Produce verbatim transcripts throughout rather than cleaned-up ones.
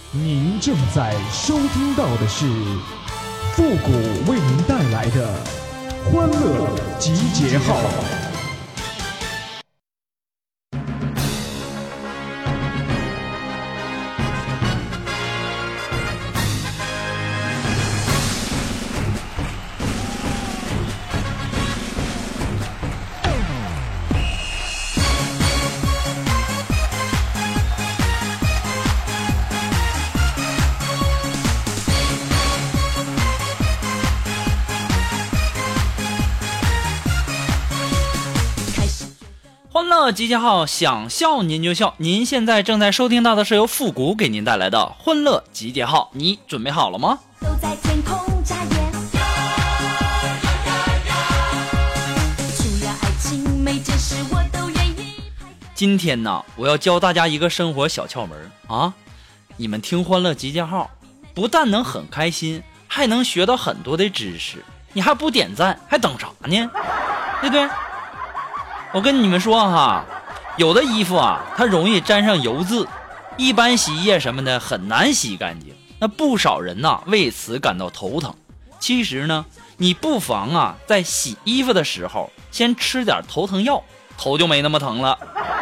您正在收听到的是复古为您带来的欢乐集结号。 欢乐集结号，想笑您就笑。您现在正在收听到的是由复古给您带来的欢乐集结号，你准备好了吗？ 都在天空眨眼，除了爱情每件事我都愿意。 今天呢，我要教大家一个生活小窍门啊！你们听欢乐集结号，不但能很开心，还能学到很多的知识。你还不点赞，还等啥呢？对不对？我跟你们说哈，有的衣服啊，它容易沾上油渍，一般洗衣液什么的很难洗干净。那不少人呐、啊、为此感到头疼。其实呢，你不妨啊在洗衣服的时候先吃点头疼药，头就没那么疼了。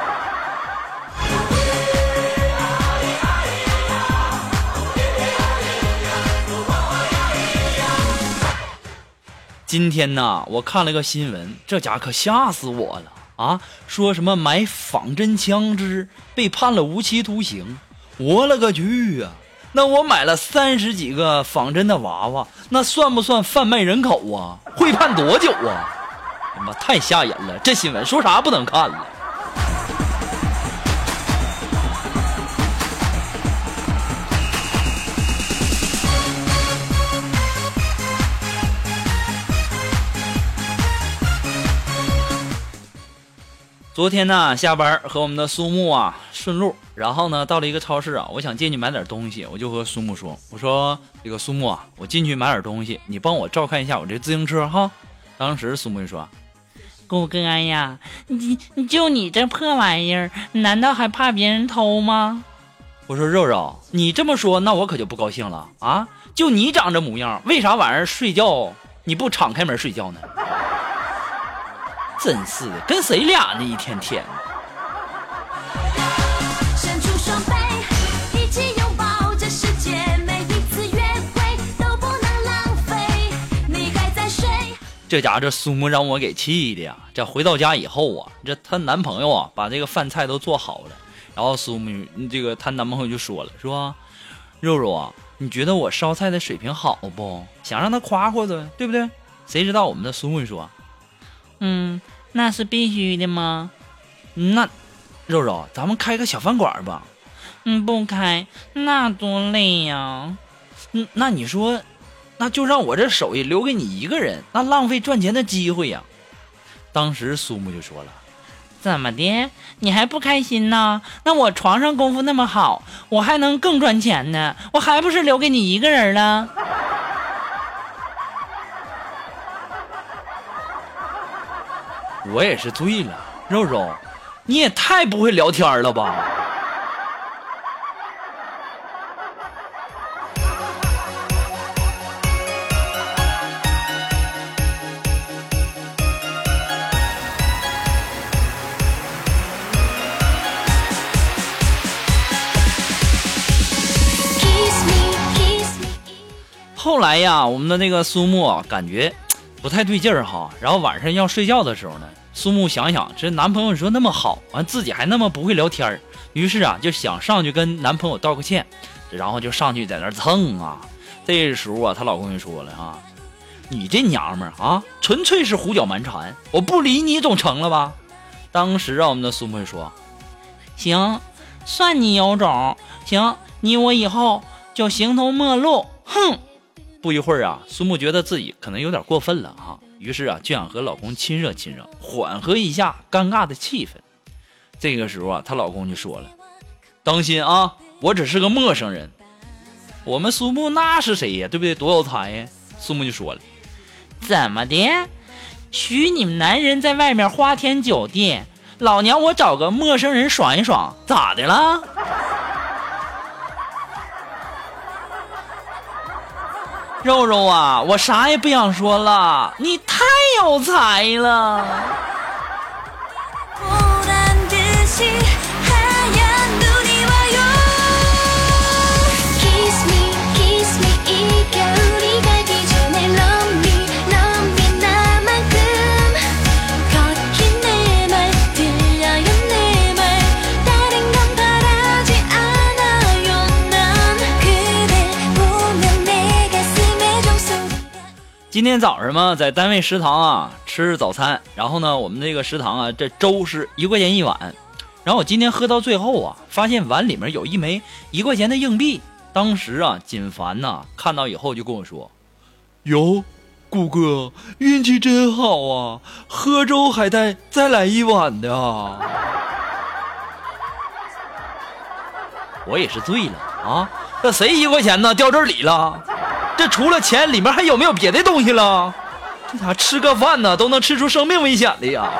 今天呢，我看了个新闻，这家可吓死我了啊！说什么买仿真枪支被判了无期徒刑，我了个去啊！那我买了三十几个仿真的娃娃，那算不算贩卖人口啊？会判多久啊？他妈太吓人了！这新闻说啥不能看了。昨天呢，下班和我们的苏木啊顺路，然后呢到了一个超市啊，我想进去买点东西，我就和苏木说，我说这个苏木啊，我进去买点东西，你帮我照看一下我这自行车哈。当时苏木就说， 顾哥呀，你就你这破玩意儿，难道还怕别人偷吗？ 我说肉肉，你这么说那我可就不高兴了啊！就你长这模样，为啥晚上睡觉你不敞开门睡觉呢？真是的，跟谁俩呢？一天天伸出双臂，一起拥抱这世界，每一次约会都不能浪费。你还在睡？ 这家这苏木让我给气的呀！这回到家以后啊，这她男朋友啊把这个饭菜都做好了，然后苏木这个她男朋友就说了，说肉肉啊，你觉得我烧菜的水平好不？想让他夸夸的，对不对？谁知道我们的苏木说， 嗯，那是必须的吗？ 那肉肉，咱们开个小饭馆吧。 嗯，不开，那多累呀。 嗯，那你说，那就让我这手艺留给你一个人，那浪费赚钱的机会呀。当时苏木就说了， 怎么的？你还不开心呢？那我床上功夫那么好，我还能更赚钱呢，我还不是留给你一个人了？ 我也是醉了，肉肉，你也太不会聊天了吧！后来呀，我们的那个苏木啊，感觉不太对劲儿哈，然后晚上要睡觉的时候呢，苏木想想这男朋友说那么好，完自己还那么不会聊天，于是啊就想上去跟男朋友道个歉，然后就上去在那蹭啊。这时候啊，她老公就说了啊，你这娘们儿啊，纯粹是胡搅蛮缠，我不理你总成了吧？当时啊，我们的苏木说， 行，算你有种，行，你我以后就形同陌路，哼。 不一会儿啊，苏木觉得自己可能有点过分了啊，于是啊就想和老公亲热亲热，缓和一下尴尬的气氛。这个时候啊，她老公就说了，当心啊，我只是个陌生人。我们苏木那是谁呀，对不对？多有才呀！苏木就说了， 怎么的？许你们男人在外面花天酒地，老娘我找个陌生人爽一爽，咋的了？ 肉肉啊，我啥也不想说了，你太有才了。今天早上嘛，在单位食堂啊吃早餐，然后呢，我们这个食堂啊，这粥是一块钱一碗，然后我今天喝到最后啊，发现碗里面有一枚一块钱的硬币。当时啊，锦凡呐看到以后就跟我说：“哟，顾哥运气真好啊，喝粥还带再来一碗的啊。”我也是醉了啊，这谁一块钱呢掉这里了？这除了钱，里面还有没有别的东西了？这家吃个饭呢，都能吃出生命危险的呀！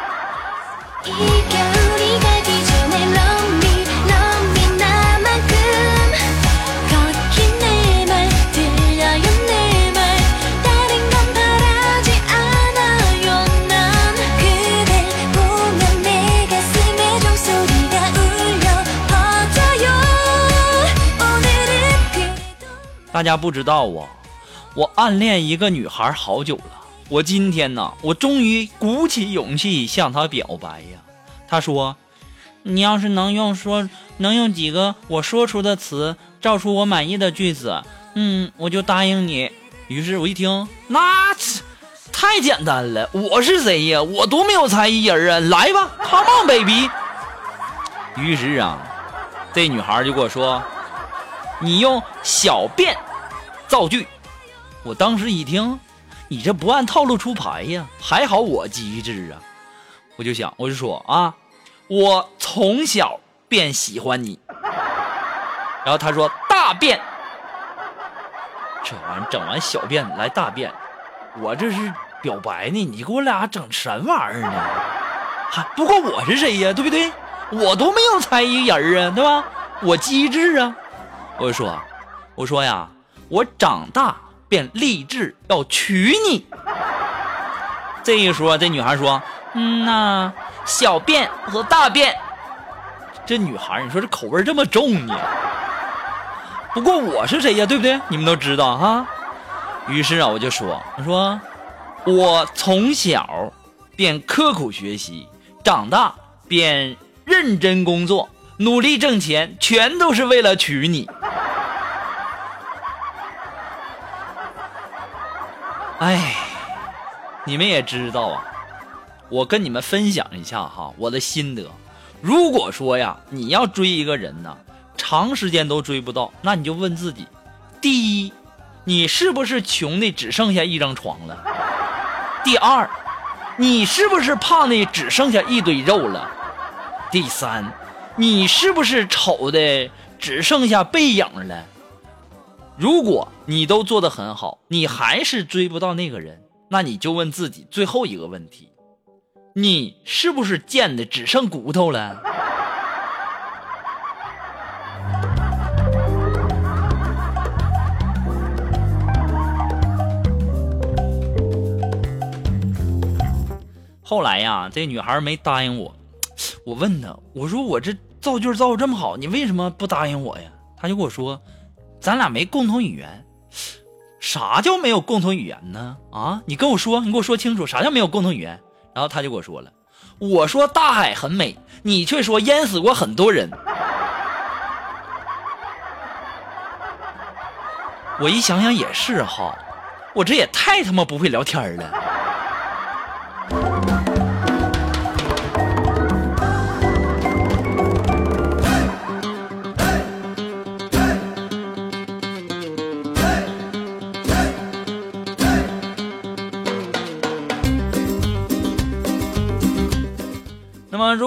大家不知道啊，我暗恋一个女孩好久了。我今天呢，我终于鼓起勇气向她表白呀。她说：“ 你要是能用说能用几个我说出的词造出我满意的句子，嗯，我就答应你。” 于是我一听，那太简单了，我是谁呀？我多没有才艺人啊！来吧 ，Come on baby。于是啊，这女孩就跟我说：“你用小便造句。”我当时一听，你这不按套路出牌呀，还好我机智啊。我就想，我就说啊，我从小便喜欢你。然后他说大便，这玩意儿整完小便来大便，我这是表白呢，你给我俩整什么玩意儿呢？还不过我是谁呀，对不对？我多没有才艺人啊，对吧？我机智啊。我就说，我说呀，我长大便立志要娶你。这一说，这女孩说：“ 嗯呐， 小便和大便。”这女孩，你说这口味这么重呢？不过我是谁呀，对不对？你们都知道哈。于是啊，我就说：“我说我从小便刻苦学习，长大便认真工作，努力挣钱，全都是为了娶你。”哎，你们也知道啊，我跟你们分享一下哈我的心得。如果说呀，你要追一个人呢，长时间都追不到，那你就问自己：第一，你是不是穷的只剩下一张床了？第二，你是不是胖的只剩下一堆肉了？第三，你是不是丑的只剩下背影了？如果你都做得很好，你还是追不到那个人，那你就问自己最后一个问题：你是不是贱的只剩骨头了？后来呀，这女孩没答应我，我问她，我说我这造句造这么好，你为什么不答应我呀？她就跟我说，咱俩没共同语言。啥叫没有共同语言呢？啊，你跟我说，你给我说清楚，啥叫没有共同语言？然后他就跟我说了，我说大海很美，你却说淹死过很多人。我一想想也是哈，我这也太他妈不会聊天了。那么如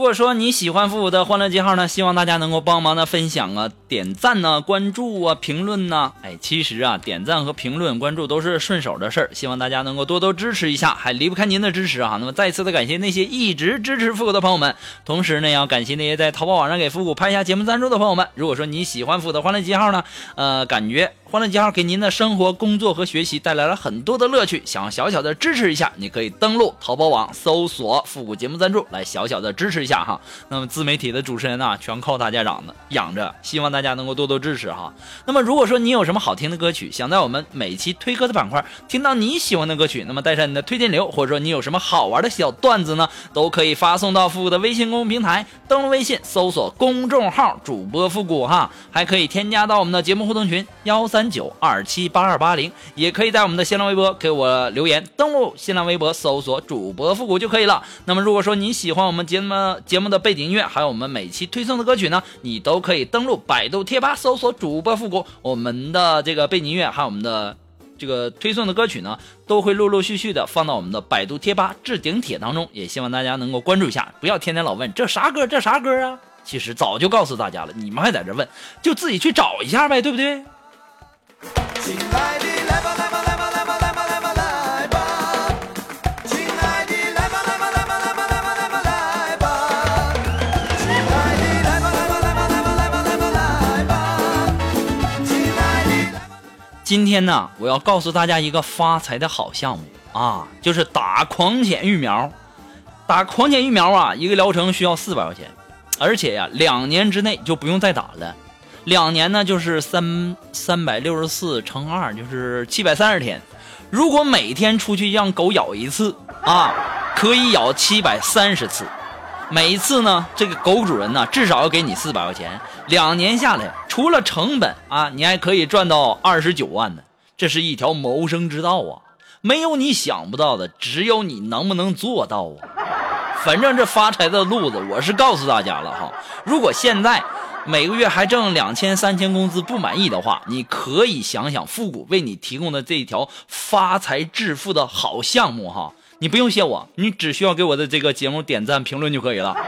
果说你喜欢复古的欢乐记号呢，希望大家能够帮忙的分享啊、点赞呢、关注啊、评论呢。哎，其实啊，点赞和评论、关注都是顺手的事儿，希望大家能够多多支持一下，还离不开您的支持啊。那么再次的感谢那些一直支持复古的朋友们，同时呢，也要感谢那些在淘宝网上给复古拍下节目赞助的朋友们。如果说你喜欢复古的欢乐记号呢，呃，感觉欢乐记号给您的生活、工作和学习带来了很多的乐趣，想要小小的支持一下，你可以登录淘宝网搜索复古节目赞助来小小的支持一下哈。那么自媒体的主持人啊，全靠大家长的养着，希望大家能够多多支持哈。那么如果说你有什么好听的歌曲，想在我们每期推歌的板块听到你喜欢的歌曲，那么带上你的推荐流，或者说你有什么好玩的小段子呢，都可以发送到复古的微信公众平台，登录微信搜索公众号主播复古哈，还可以添加到我们的节目互动群幺三九二七八二八零，也可以在我们的新浪微博给我留言，登录新浪微博搜索主播复古就可以了。那么如果说你喜欢我们节目节目的背景音乐，还有我们每期推送的歌曲呢，你都可以登录百度贴吧搜索主播复古，我们的这个背景音乐还有我们的这个推送的歌曲呢，都会陆陆续续的放到我们的百度贴吧置顶帖当中，也希望大家能够关注一下，不要天天老问这啥歌这啥歌啊，其实早就告诉大家了，你们还在这问，就自己去找一下呗，对不对？ 亲爱的，来吧来吧来吧来吧来吧来吧来吧，亲爱的，来吧来吧来吧来吧来吧来吧来吧，亲爱的，来吧来吧来吧来吧来吧来吧来吧，亲爱的。 今天呢，我要告诉大家一个发财的好项目啊，就是打狂犬疫苗。打狂犬疫苗啊，一个疗程需要四百块钱，而且呀，两年之内就不用再打了。两年呢，就是三三百六十四乘二，就是七百三十天。如果每天出去让狗咬一次啊，可以咬七百三十次。每一次呢，这个狗主人呢，至少要给你四百块钱。两年下来，除了成本啊，你还可以赚到二十九万呢。这是一条谋生之道啊！没有你想不到的，只有你能不能做到啊！反正这发财的路子，我是告诉大家了哈。如果现在每个月还挣两千三千工资不满意的话，你可以想想复古为你提供的这条发财致富的好项目哈。你不用谢我，你只需要给我的这个节目点赞评论就可以了。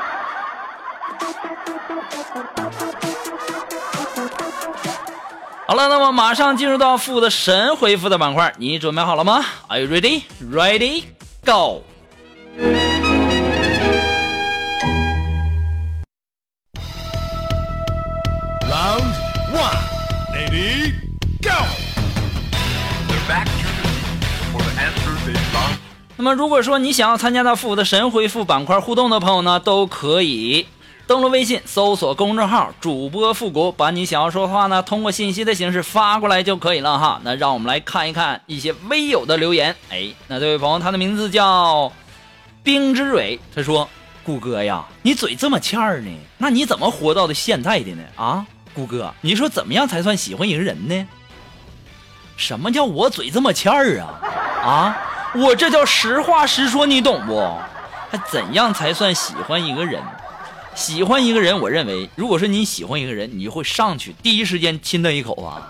好了，那么马上进入到复古的神回复的板块，你准备好了吗？ Are you ready? Ready? Go! Round one, ready, go! They're back for the answer they love. 那么如果说你想要参加到复古的神回复板块互动的朋友呢，都可以登录微信搜索公众号主播复古，把你想要说的话呢通过信息的形式发过来就可以了哈。那让我们来看一看一些微友的留言。哎，那这位朋友他的名字叫冰之蕊，他说顾哥呀，你嘴这么欠儿呢，那你怎么活到的现在的呢？啊，顾哥，你说怎么样才算喜欢一个人呢？什么叫我嘴这么欠儿啊？啊，我这叫实话实说，你懂不？还怎样才算喜欢一个人？喜欢一个人，我认为如果说你喜欢一个人，你就会上去第一时间亲他一口啊。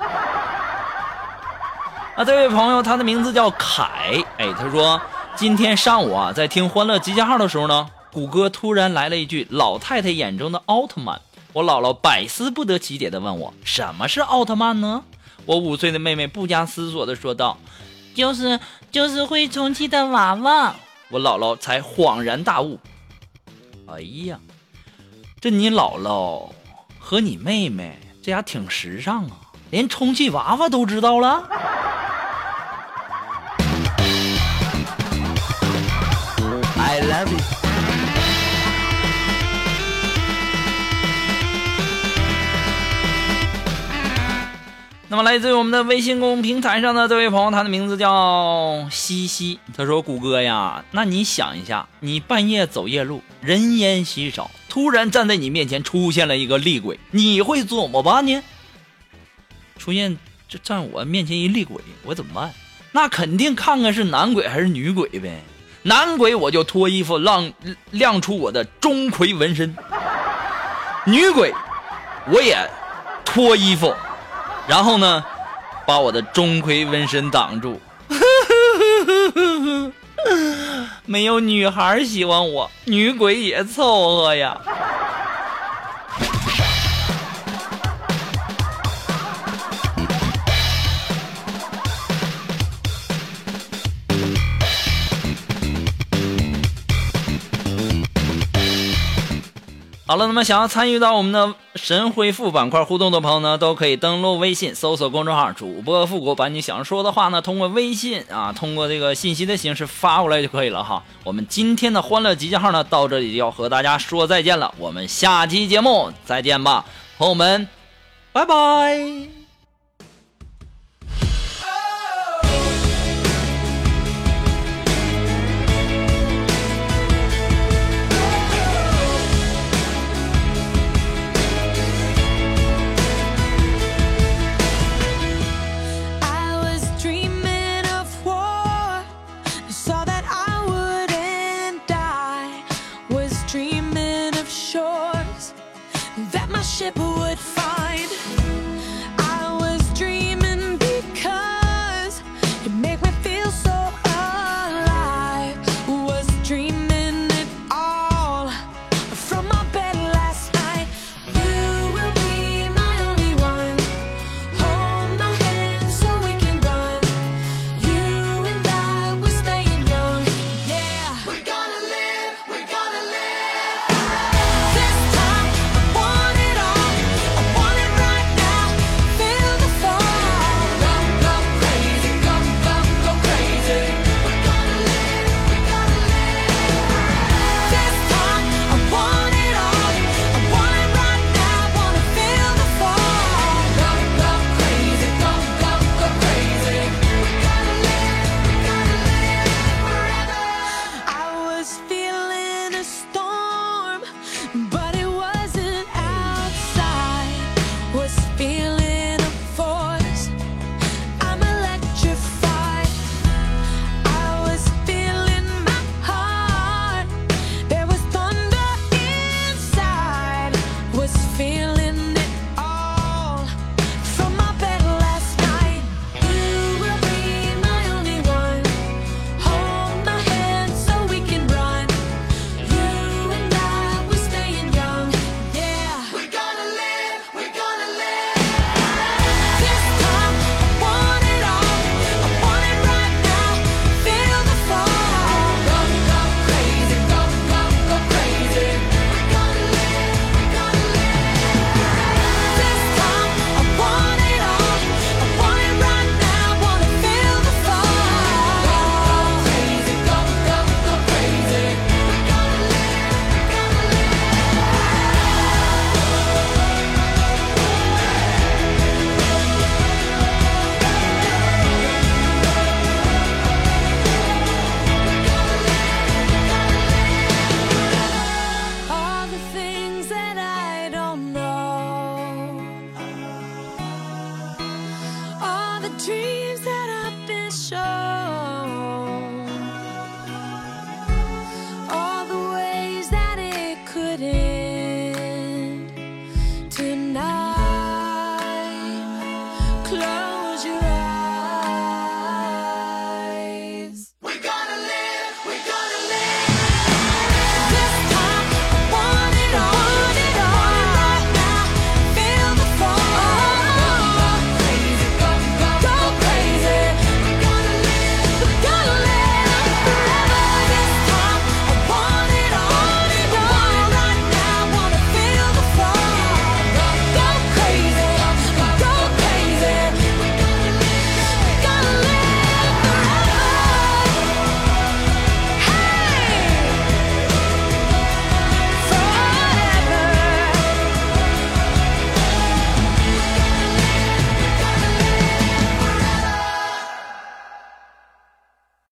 啊，这位朋友他的名字叫凯，哎，他说今天上午啊，在听欢乐集结号的时候呢，谷歌突然来了一句老太太眼中的奥特曼，我姥姥百思不得其解的问我什么是奥特曼呢？我五岁的妹妹不加思索的说道， 就是就是会充气的娃娃。 我姥姥才恍然大悟，哎呀，这你姥姥和你妹妹这家挺时尚啊，连充气娃娃都知道了。I love it。那么来自于我们的微信公众平台上的这位朋友，他的名字叫西西，他说谷歌呀，那你想一下，你半夜走夜路，人烟稀少，突然站在你面前出现了一个厉鬼，你会怎么办呢？出现这站我面前一厉鬼，我怎么办？那肯定看看是男鬼还是女鬼呗。男鬼我就脱衣服让亮出我的钟馗纹身，女鬼我也脱衣服，然后呢把我的钟馗纹身挡住。 没有女孩喜欢我，女鬼也凑合呀。好了，那么想要参与到我们的神回复板块互动的朋友呢，都可以登录微信搜索公众号主播复古，把你想说的话呢通过微信啊，通过这个信息的形式发过来就可以了哈。我们今天的欢乐集结号呢到这里就要和大家说再见了，我们下期节目再见吧，朋友们，拜拜。 Ship would find. I was dreaming because you make me feel so alive. Was dreaming it all from my bed last night. You will be my only one. Hold my hand so we can run. You and I will stay young. Yeah, we're gonna live, we're gonna live. This time I want it all. I want it right now. Feel the fall. Go, go crazy, go, go, go crazy. We're gonna live, we're gonna live. This time I want it all. I want it right now. Wanna feel the fall. Go, go crazy, go, go, go crazy. We're gonna live, we're gonna live forever. I was feeling a storm, but it wasn't outside. Was feeling